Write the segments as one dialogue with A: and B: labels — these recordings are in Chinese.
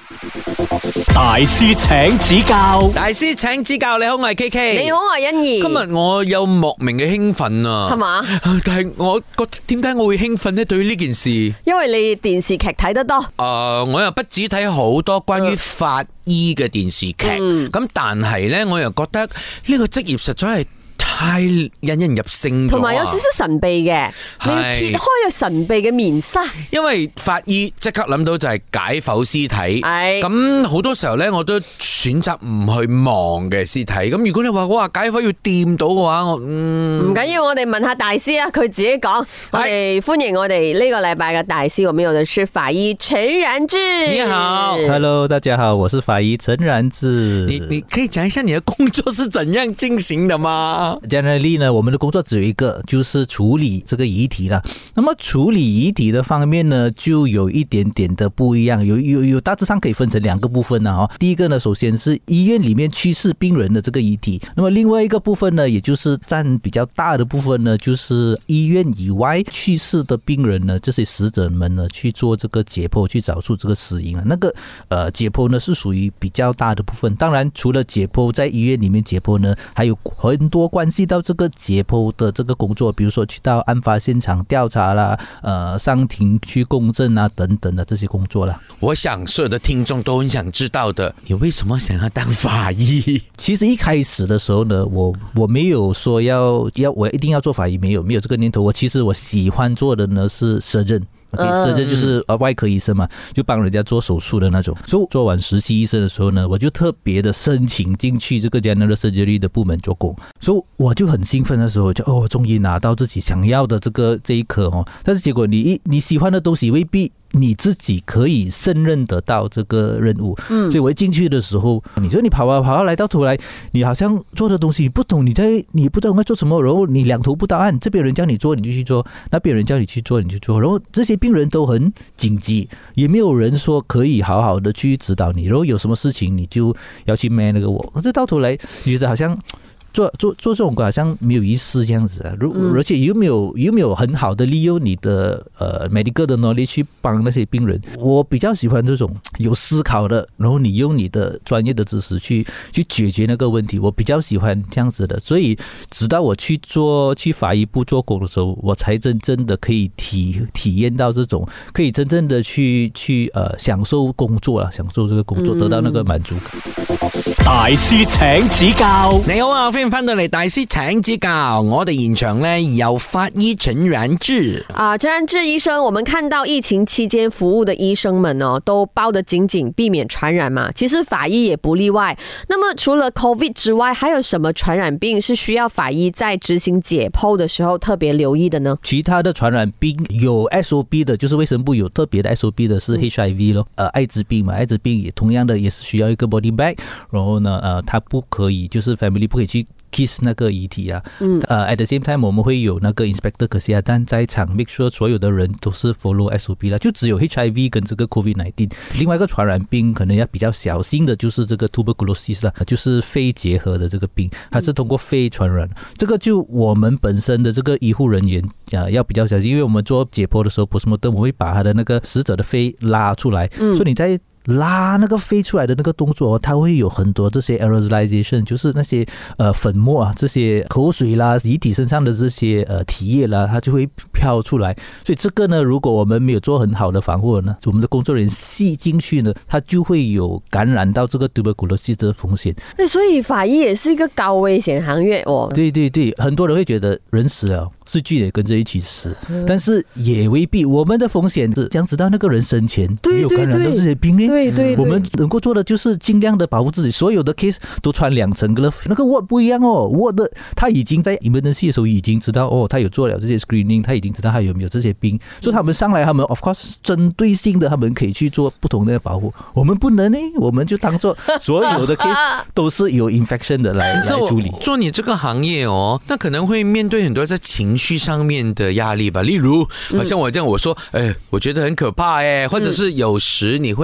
A: 大師請指教，
B: 大師請指教。你好，我係 KK。
C: 你好，我係欣怡。
B: 今日我有莫名嘅興奮啊，
C: 係嘛？
B: 但係我覺得點解我會興奮呢？對於呢件事，
C: 因為你電視劇睇得多。
B: 我又不止睇好多關於法醫嘅電視劇，咁但係呢，我又覺得呢個職業實在係太引人入勝咗，
C: 同埋有少少神秘嘅，你要揭開個神秘嘅面紗。因
B: 為法醫即刻諗到就係解剖屍體，咁好多時候呢，我都選擇唔去望嘅屍體。咁如果你話我話解剖要掂到嘅話，
C: 唔緊要，我哋問下大師啊，佢自己講。我哋歡迎我哋呢個禮拜嘅大師，我們有的是法醫陳然志。
B: 你好
D: ，Hello， 大家好，我是法醫陳然志。
B: 你可以講一下你的工作是怎樣進行的嗎
D: ？Generally 呢，我們的工作只有一個，就是處理這個遺體啦。那麼處理遺體的方面呢，就有一點點的不一樣，有大致上可以分成兩個部分啦。第一個呢，首先是醫院裡面去世病人的這個遺體，那麼另外一個部分呢，也就是佔比較大的部分呢，就是醫院以外去世的病人呢，這些死者們呢，去做這個解剖，去找出這個死因。那個解剖呢，是屬於比較大的部分。當然，除了解剖，在醫院裡面解剖呢，還有很多關係到這個解剖的這個工作，比如說去到案發現場調查啦，上庭去公證啊等等的這些工作啦。
B: 我想所有的聽眾都很想知道的，你為什麼想要當法醫？
D: 其實一開始的時候呢，我沒有說我一定要做法醫，沒有這個念頭。其實我喜歡做的呢是surgeon。surgeon 就是外科醫生嘛，就幫人家做手術的那種。所以做完實習醫生的時候呢，我就特別的申請進去這個 general surgery 的部門做工。所以我就很興奮的時候，就終於拿到自己想要的這一科哦。但是結果你喜歡的東西未必你自己可以勝任得到這個任務，所以我一進去的時候，你說你跑啊來到頭來，你好像做的東西你不懂，你不知道該做什麼，然後你兩頭不到岸，這邊人叫你做你就去做，那邊人叫你去做你就做，然後這些病人都很緊急，也沒有人說可以好好的去指導你，然後有什麼事情你就要去 man 那個我，這到頭來你覺得好像做這種好像沒有意思這樣子啊，而且有沒有很好的利用你的medical 的 knowledge 去幫那些病人？我比較喜歡這種有思考的，然後你用你的專業的知識去解決那個問題，我比較喜歡這樣子的。所以直到我去法醫部做工的時候，我才真正的可以體驗到這種可以真正的去享受工作啦，享受這個工作，得到那個滿足感。
A: 大師請指教，
B: 你好啊，歡迎翻到嚟大師請指教。我哋現場呢有法醫陳然志
C: 陳然志醫生，我們看到疫情期間服務的醫生們都包得緊緊，避免傳染嘛。其實法醫也不例外。那麼除了 COVID 之外，還有什麼傳染病是需要法醫在執行解剖的時候特別留意的呢？
D: 其他的傳染病有 SOP 的，就是衛生部有特別的 SOP 的是 HIV 咯，艾滋病嘛，艾滋病也同樣的也是需要一個 body bag， 然後呢，它不可以就是 family 不可以去kiss 那個遺體啊。at the same time 我們會有那個 inspector 可惜啊，但在場 make sure 所有的人都是 follow SOP 啦，就只有 HIV 跟這個 COVID-19。另外一個傳染病可能要比較小心的，就是這個 tuberculosis 啦，就是肺結核的這個病，它是通過肺傳染。這個就我們本身的這個醫護人員要比較小心，因為我們做解剖的時候 postmortem 我們會把他的那個死者的肺拉出來，所以你在拉那個飛出來的那個動作，它會有很多這些 aerosolization， 就是那些粉末啊，這些口水啦，遺體身上的這些體液啦，它就會飄出來。所以這個呢，如果我們沒有做很好的防護呢，我們的工作人員吸進去呢，它就會有感染到這個 tuberculosis 的風險。
C: 所以法醫也是一個高危險行業哦。
D: 對對對，很多人會覺得人死了，細菌也跟着一起死，但是也未必。我們的風險是想知道那個人生前沒有感染到這些病呢？對，我們能夠做的就是盡量的保護自己。所有的 case 都穿2層 glove， 那個 ward 不一樣哦。ward 的他已經在 emergency 的時候已經知道他有做了這些 screening， 他已經知道他有沒有這些病，所以他們上來，他們 of course 針對性的，他們可以去做不同的保護。我們不能呢，我們就當做所有的 case 都是有 infection 的來處理。
B: 做你這個行業那可能會面對很多在情緒上面的壓力吧。例如，好像我這樣我說，我覺得很可怕或者是有時你會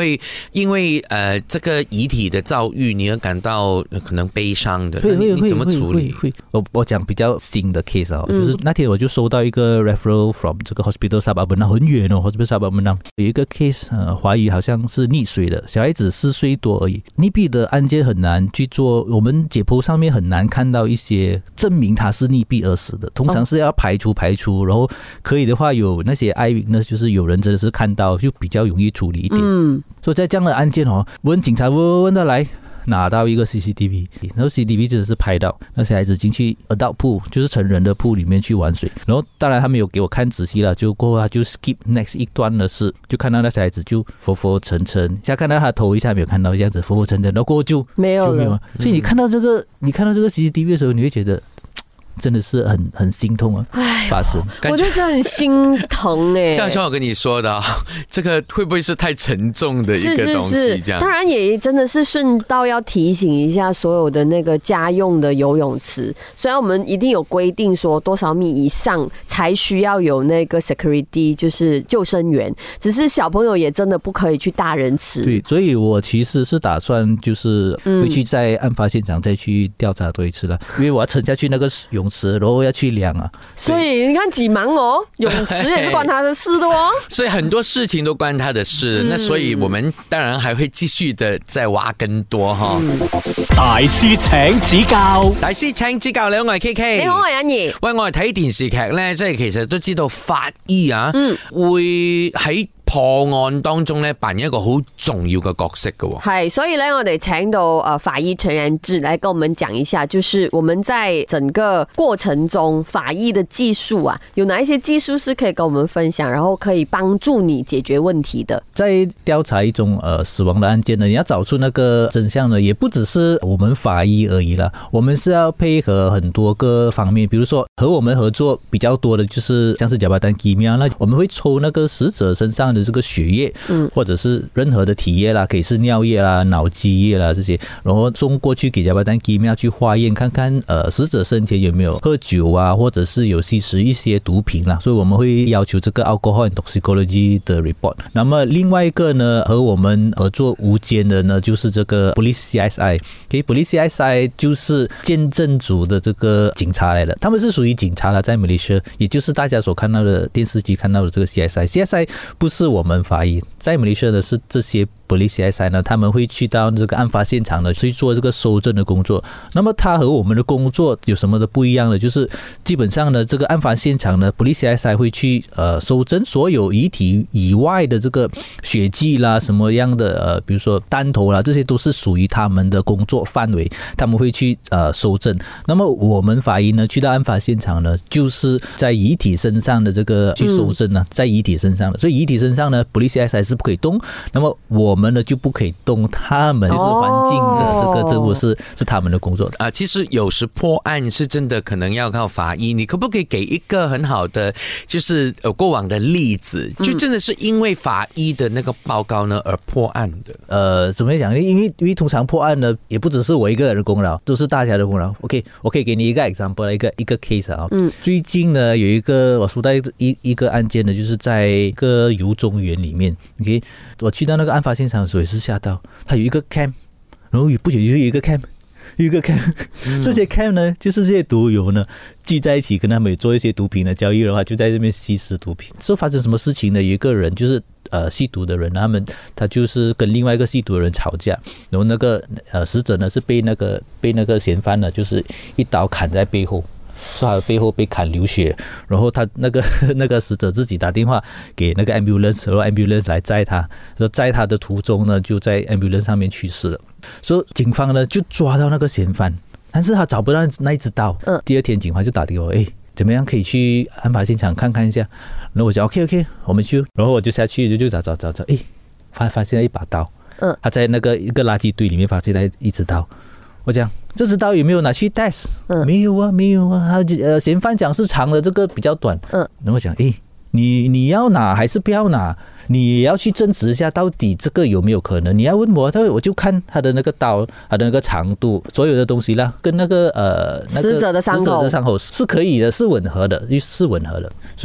B: 因为这个遗体的遭遇，你要感到可能悲伤的，你怎么处理？
D: 我讲比较新的 case 就是那天我就收到一个 referral from 这个 hospital Sabah Benam 很远哦 ，hospital Sabah Benam 有一个 case， 怀疑好像是溺水的，小孩子4岁多而已。溺毙的案件很难去做，我们解剖上面很难看到一些证明他是溺毙而死的，通常是要排除，然后可以的话有那些 eyewitness， 就是有人真的是看到，就比较容易处理一点。所以在这样的案件问警察问到来。拿到一个 CCTV， 然后 CCTV 真的是拍到那小孩子进去 adult pool， 就是成人的 pool 里面去玩水，然后当然他没有给我看仔细了，就过后他就 skip next 一段的事，就看到那小孩子就浮浮沉沉，现在看到他头一下没有看到这样子浮浮沉沉，然后过后就没有了。所以你看到这个 CCTV 的时候，你会觉得真的是很心痛啊！发生，
C: 我就觉得很心疼哎。
B: 像我跟你说的，这个会不会是太沉重的一个东西？这样，
C: 当然也真的是顺道要提醒一下所有的那个家用的游泳池，虽然我们一定有规定说多少米以上才需要有那个 security， 就是救生员，只是小朋友也真的不可以去大人池。
D: 对，所以我其实是打算就是回去在案发现场再去调查多一次了，因为我要沉下去那个泳池，然后要去量啊。
C: 所以你看几忙哦，泳池也是关他的事的哦。
B: 所以很多事情都关他的事，那所以我们当然还会继续的再挖更多哈。
A: 大師請指教，
B: 大師請指教，你好，我係 KK，
C: 你好，我係欣怡。
B: 喂，我哋睇電視劇咧，即係其實都知道法醫啊，會喺破案當中咧扮演一個好重要嘅角色嘅。
C: 係，所以咧我哋請到法醫陳然志來跟我們講一下，就是我們在整個過程中法醫的技術啊，有哪一些技術是可以跟我們分享，然後可以幫助你解決問題的。
D: 在調查一種死亡的案件呢，你要找出那個真相呢，也不只是我們法醫而已啦，我們是要配合很多個方面，比如說和我們合作比較多的就是像是Jabatan Kimia，那我們會抽那個死者身上的這個血液，或者是任何的體液啦，可以是尿液啦、腦積液啦這些，然後送過去給Jabatan Kimia去化驗，看看死者生前有沒有喝酒啊，或者是有吸食一些毒品啦，所以我們會要求這個 alcohol and toxicology 的 report。那麼另外一個呢，和我們合作無間的呢，就是這個 Police CSI。Police CSI 就是見證組的這個警察來的，他們是屬於警察啦，在馬來西亞，也就是大家所看到的電視劇看到的這個 CSI。CSI 不是我們法醫，在馬來西亞的是這些 Police CSI 呢，他們會去到這個案發現場呢，去做這個搜證的工作。那麼它和我們的工作有什麼的不一樣呢？就是基本上呢，這個案發現場呢 ，Police CSI 會去搜證所有遺體以外的這個血跡啦，什麼樣的比如說彈頭啦，這些都是屬於他們的工作範圍，他們會去搜證。那麼我們法醫呢，去到案發現場呢，就是在遺體身上的這個去搜證呢，在遺體身上的，所以遺體身上呢 ，Police CSI 是不可以動。那麼我們呢就不可以動，他們就是環境的這個證物是他們的工作的。
B: 其實有時破案是真的可能要靠法醫，你可不可以給一個很好的就是過往的例子，就真的是因為法醫的那個報告呢而破案的？
D: 怎麼講？因為通常破案呢，也不只是我一個人的功勞，都是大家的功勞。OK， 我可以給你一個 example， 一個 case 啊。最近呢有一個我收到一個案件呢，就是在一個遊中園裡面。OK， 我去到那個案發現場的時候也是嚇到，它有一個 camp， 然後不久就有一個 camp。這些 camp 呢，就是這些毒友呢聚在一起，跟他們做一些毒品的交易的話，就在這邊吸食毒品。所以發生什麼事情呢？有一個人就是吸毒的人，他就是跟另外一個吸毒的人吵架，然後那個死者呢是被那個嫌犯呢就是一刀砍在背後。所以他的背後被砍流血，然後他那個死者自己打電話給那個 ambulance， 然後 ambulance 來載他，然後載他的途中呢就在 ambulance 上面去世了。所以警方呢就抓到那個嫌犯，但是他找不到那一支刀。第二天警方就打電話，怎麼樣可以去案發現場看看一下？然後我就 OK， 我們去，然後我就下去就找，發現了一把刀。他在那個一個垃圾堆裡面發現了一支刀。我講這支刀有沒有拿去 test？沒有啊。嫌犯講是長的，這個比較短。然後我講，你要拿還是不要拿？你也要去證實一下到底這個有沒有可能？你要問我就看他的那個刀，他的那個長度，所有的東西啦，跟那個死者的傷口是可以的，是吻合的。所以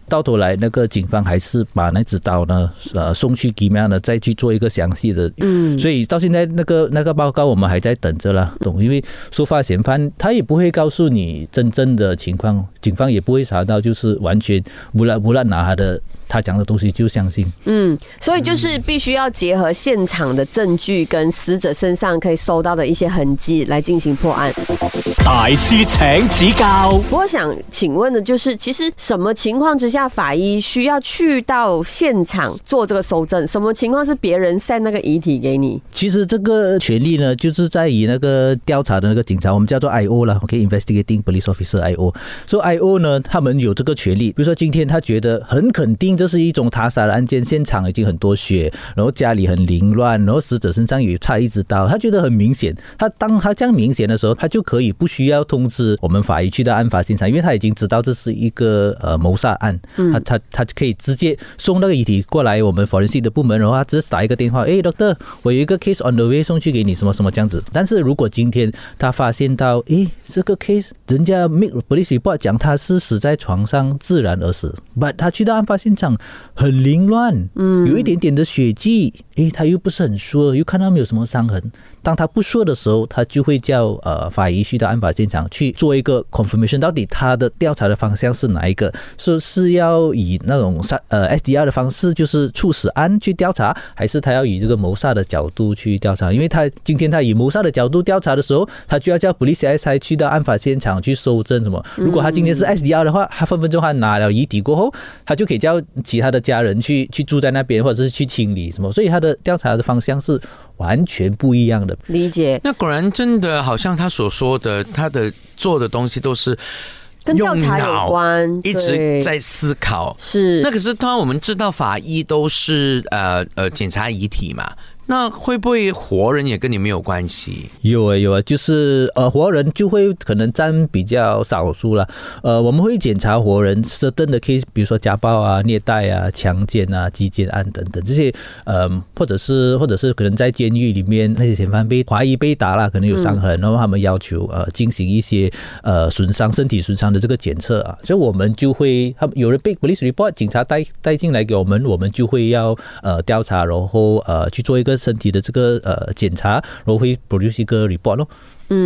D: 到头来那个警方还是把那只刀呢送去给庙呢，再去做一个详细的，所以到现在那个报告我们还在等着啦，因为收发嫌犯他也不会告诉你真正的情况，警方也不会查到就是完全不乱拿他讲的东西就相信。
C: 所以就是必须要结合现场的证据跟死者身上可以搜到的一些痕迹来进行破案。
A: 大師請指教。
C: 我想请问的就是，其实什么情况之下法医需要去到现场做这个搜证？什么情况是别人send那个遗体给你？
D: 其实这个权利呢，就是在于那个调查的那个警察，我们叫做 IO 啦 ，Investigating Police Officer IO。所以 IO 呢，他们有这个权利。比如说今天他觉得很肯定这是一种他杀的案件，现场已经很多血，然后家里很凌乱，然后死者身上有插一支刀，他觉得很明显。当他这样明显的时候，他就可以不需要通知我们法医去到案发现场，因为他已经知道这是一个谋杀案，他可以直接送那个遗体过来我们 forensic 的部门，然后他只是打一个电话，Doctor， 我有一个 case on the way 送去给你什么什么这样子。但是如果今天他发现到，这个 case 人家 make police report 讲他是死在床上自然而死， but 他去到案发现场很凌乱，有一点点的血迹，他又不是很sure，又看到没有什么伤痕。当他不sure的时候，他就会叫法医去到案发现场去做一个 confirmation， 到底他的调查的方向是哪一个？说是要以那种SDR 的方式，就是猝死案去调查，还是他要以这个谋杀的角度去调查？因为今天他以谋杀的角度调查的时候，他就要叫 police CSI 去到案发现场去搜证什么。如果他今天是 SDR 的话，他分分钟他拿了遗体过后，他就可以叫其他的家人去住在那边，或者是去清理什么。所以他的调查的方向是完全不一样的。
C: 理解。
B: 那果然真的好像他所说的，他的做的东西都是
C: 跟调查有关，
B: 一直在思考。
C: 是。
B: 那可是当然我们知道法医都是检查遗体嘛，那会不会活人也跟你没有关系？
D: 有啊，就是活人就会可能占比较少数啦。我们会检查活人certain的 case， 比如说家暴啊、虐待啊、强奸啊、击剑案等等这些，或者是可能在监狱里面那些嫌犯怀疑被打啦，可能有伤痕，然后他们要求进行一些身体损伤的这个检测啊，所以我们就会有人被 police report 警察带进来给我们就会要调查，然后去做一个身体的这个检查，然后会 produce 一个 report 咯。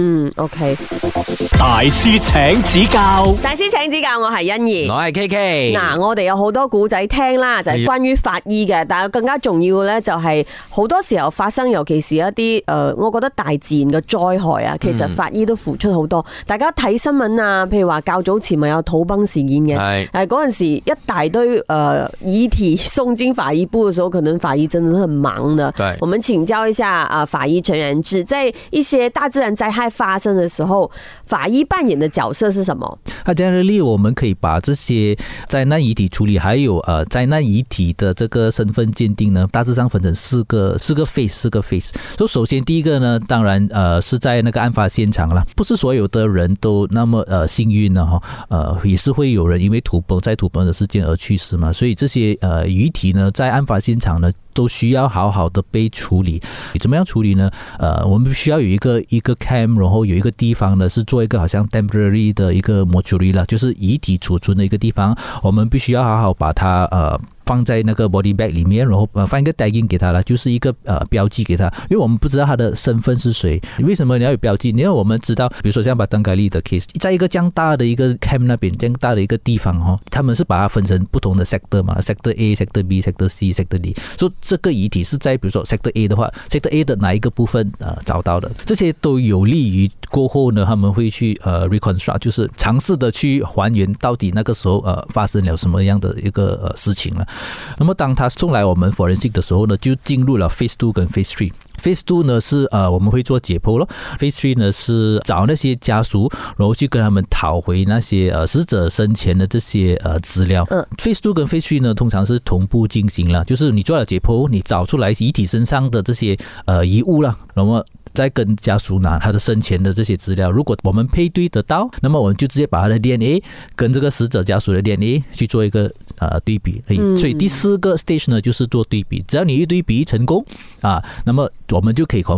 C: OK。
A: 大師請指教，
C: 大師請指教，我係欣怡，
B: 我係 KK。
C: 嗱，我哋有好多古仔聽啦，就係關於法醫嘅，但係更加重要嘅咧，就係好多時候發生，尤其是一啲我覺得大自然嘅災害啊，其實法醫都付出好多。大家睇新聞啊，譬如話較早前咪有土崩事件嘅，但係嗰陣時一大堆遺體送進法醫部嘅時候，可能法醫真的是很忙的。對，我們請教一下法醫陳元智，在一些大自然災害發生的時候，法醫扮演的角色是什麼
D: ？Generally 我們可以把這些災難遺體處理，還有災難遺體的這個身份鑑定呢，大致上分成四個 phase。所以首先第一個呢，當然是在那個案發現場啦，不是所有的人都那麼幸運呢，也是會有人因為土崩的事件而去世嘛，所以這些遺體呢，在案發現場呢，都需要好好的被處理。怎麼樣處理呢？我們需要有一個 camp， 然後有一個地方呢是做一個好像 temporary 的一個 mortuary 啦，就是遺體儲存的一個地方，我們必須要好好把它放在那個 body bag 裡面，然後放一個 tagging 給他了，就是一個標記給他，因為我們不知道他的身份是誰。為什麼你要有標記？因為我們知道，比如說像巴登嘎利的 case， 在一個這樣大的一個 camp 那邊，這樣大的一個地方，他們是把它分成不同的 sector 嘛 ，sector A、sector B、sector C、sector D。所以這個遺體是在比如說 sector A 的話 ，sector A 的哪一個部分找到的？這些都有利於過後呢，他們會去reconstruct， 就是嘗試的去還原到底那個時候發生了什麼樣的一個事情了。那麼當他送來我們 forensic 的時候呢，就進入了 phase 2跟 phase 3。phase 2呢是我們會做解剖咯 ，phase 3呢是找那些家屬，然後去跟他們討回那些死者生前的這些資料。phase 2跟 phase 3呢通常是同步進行了，就是你做了解剖，你找出來遺體身上的這些遺物啦，然後再跟家屬拿他的生前的這些資料，如果我們配對得到，那麼我們就直接把他的 DNA 跟這個死者家屬的 DNA 去做一個對比而已。所以第4個 stage 呢就是做對比，只要你一對比成功那麼我們就可以 confirm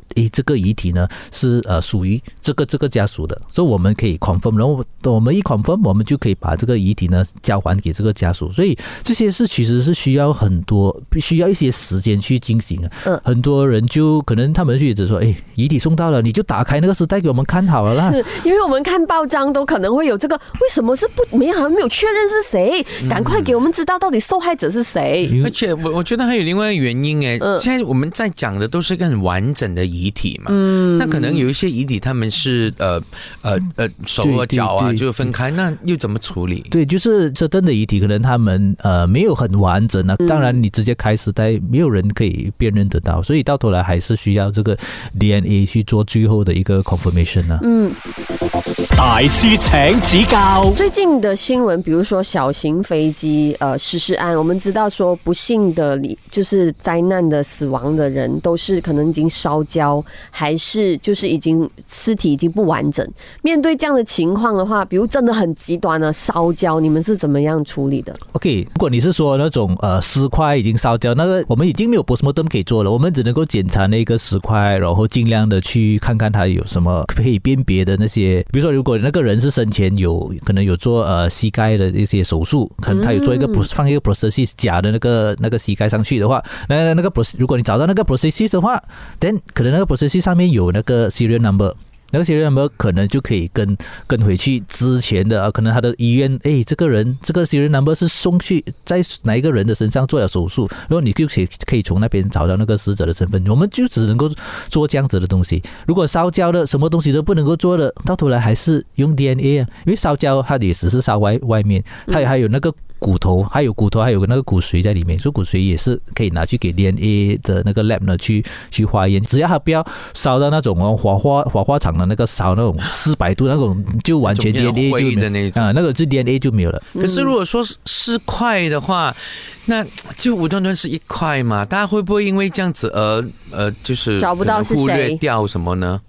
D: 这个遗体呢是属于这个家属的，所以我们可以 confirm， 然后我们一 confirm， 我们就可以把这个遗体呢交还给这个家属。所以这些事其实是需要需要一些时间去进行的。很多人就可能他们就觉得说，遗体送到了，你就打开那个尸袋给我们看好了啦。
C: 是因为我们看报章都可能会有这个，为什么是没有确认是谁？赶快给我们知道到底受害者是谁。
B: 而且我觉得还有另外一个原因现在我们在讲的都是一个很完整的遗体嘛，那可能有一些遗体他们是手啊脚啊就分开，那又怎么处理？
D: 对，就是certain的遗体可能他们没有很完整啊，当然你直接开尸袋，没有人可以辨认得到，所以到头来还是需要这个 DNA 去做最后的一个 confirmation 啊。
A: 大師請指教。
C: 最近的新闻，比如说小型飞机失事案，我们知道说不幸的就是灾难的死亡的人都是可能已经烧焦，还是就是尸体已经不完整。面对这样的情况的话，比如真的很极端的烧焦，你们是怎么样处理的
D: ？OK， 如果你是说那种尸块已经烧焦，那个我们已经没有 postmortem 可以做了，我们只能够检查那个尸块，然后尽量的去看看它有什么可以辨别的那些，比如说如果那个人是生前可能有做膝盖的一些手术，可能他有做放一个 prosthesis 假的那个膝盖上去的话，那个如果你找到那个 prosthesis 的话 ，then 可能那个 prosthesis 上面有那个 serial number。那个 serial number 可能就可以跟回去之前的可能他的医院，这个人这个 serial number 是送去在哪一个人的身上做了手术，然后你就可以从那边找到那个死者的身份。我们就只能够做这样子的东西。如果烧焦的什么东西都不能够做的，到头来还是用 DNA 啊，因为烧焦它也只是烧外面，它还有那个骨头，还有那个骨髓在里面，所以骨髓也是可以拿去给 DNA 的那个 lab 呢去化验，只要它不要烧到那种火化场的那个烧那种400度那种，就完全 DNA 就没有那个DNA 就没有了。
B: 可是如果说尸块的话，那就无端端是一块嘛，大家会不会因为这样子就是
C: 找不到是谁，
B: 忽略掉什么呢？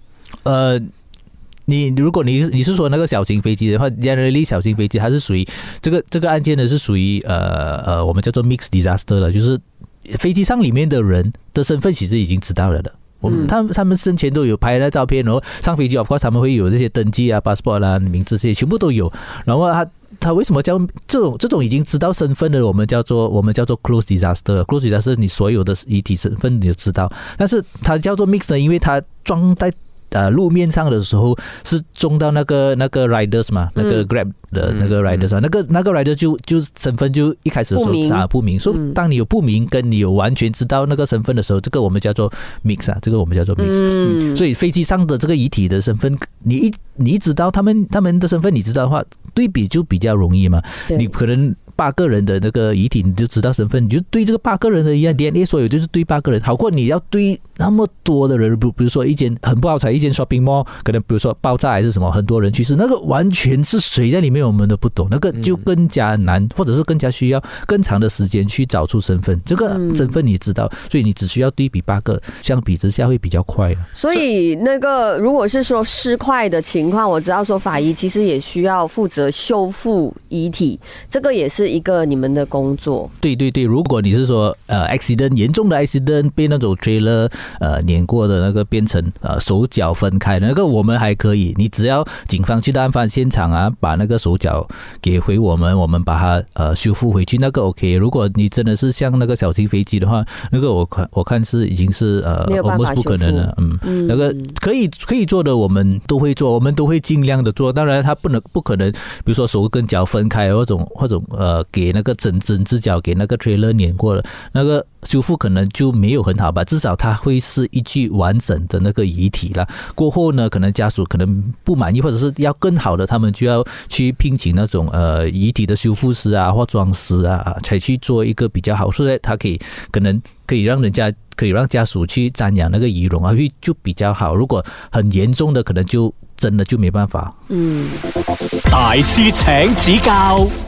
D: 如果你是说那个小型飞机的话 ，generally 小型飞机它是属于这个案件呢是属于我们叫做 mixed disaster 了，就是飞机上里面的人的身份其实已经知道了的。他们生前都有拍那照片，然后上飞机 of course 他们会有这些登记啊 passport 啦、名字这些全部都有。然后他为什么叫这种已经知道身份的，我们叫做 close disaster。close disaster 你所有的遗体身份你都知道，但是它叫做 mix 呢，因为它装在路面上的时候是中到那个 riders 嘛，那个 Grab 的那个 riders 那个 rider 就身份就一开始的时候不明，所以当你有不明跟你有完全知道那个身份的时候，这个我们叫做 mix 这个我们叫做 mix。所以飞机上的这个遗体的身份，你一知道他们的身份，你知道的话，对比就比较容易嘛。你可能8个人的那个遗体，你就知道身份，你就对这个8个人的一样 DNA 所有就是对8个人，好过你要对那么多的人，比如说一间很不好彩，一间 shopping mall 可能比如说爆炸还是什么，很多人去世，那个完全是谁在里面我们都不懂，那个就更加难，或者是更加需要更长的时间去找出身份。这个身份你知道，所以你只需要对比8个，相比之下会比较快。
C: 所以那个如果是说尸块的情况，我知道说法医其实也需要负责修复遗体，这个也是一个你们的工作。
D: 对，如果你是说accident 严重的 accident 被那种 trailer 碾过的那个变成手脚分开的那个，我们还可以，你只要警方去到案发现场啊，把那个手脚给回我们把它修复回去，那个 OK。如果你真的是像那个小型飞机的话，那个我看是已经是almost 不可能了。那个可以做的我们都会做，我们都会尽量的做。当然它不可能，比如说手跟脚分开，或者给那个整只脚给那个 trailer 碾过了，那个修复可能就没有很好吧，至少它会是一具完整的那个遗体了。过后呢，可能家属可能不满意，或者是要更好的，他们就要去聘请那种遗体的修复师啊、化妆师啊，才去做一个比较好，所以它可能可以让家属去瞻仰那个遗容啊，就比较好。如果很严重的，可能就真的就没办法。
A: 大師請指教。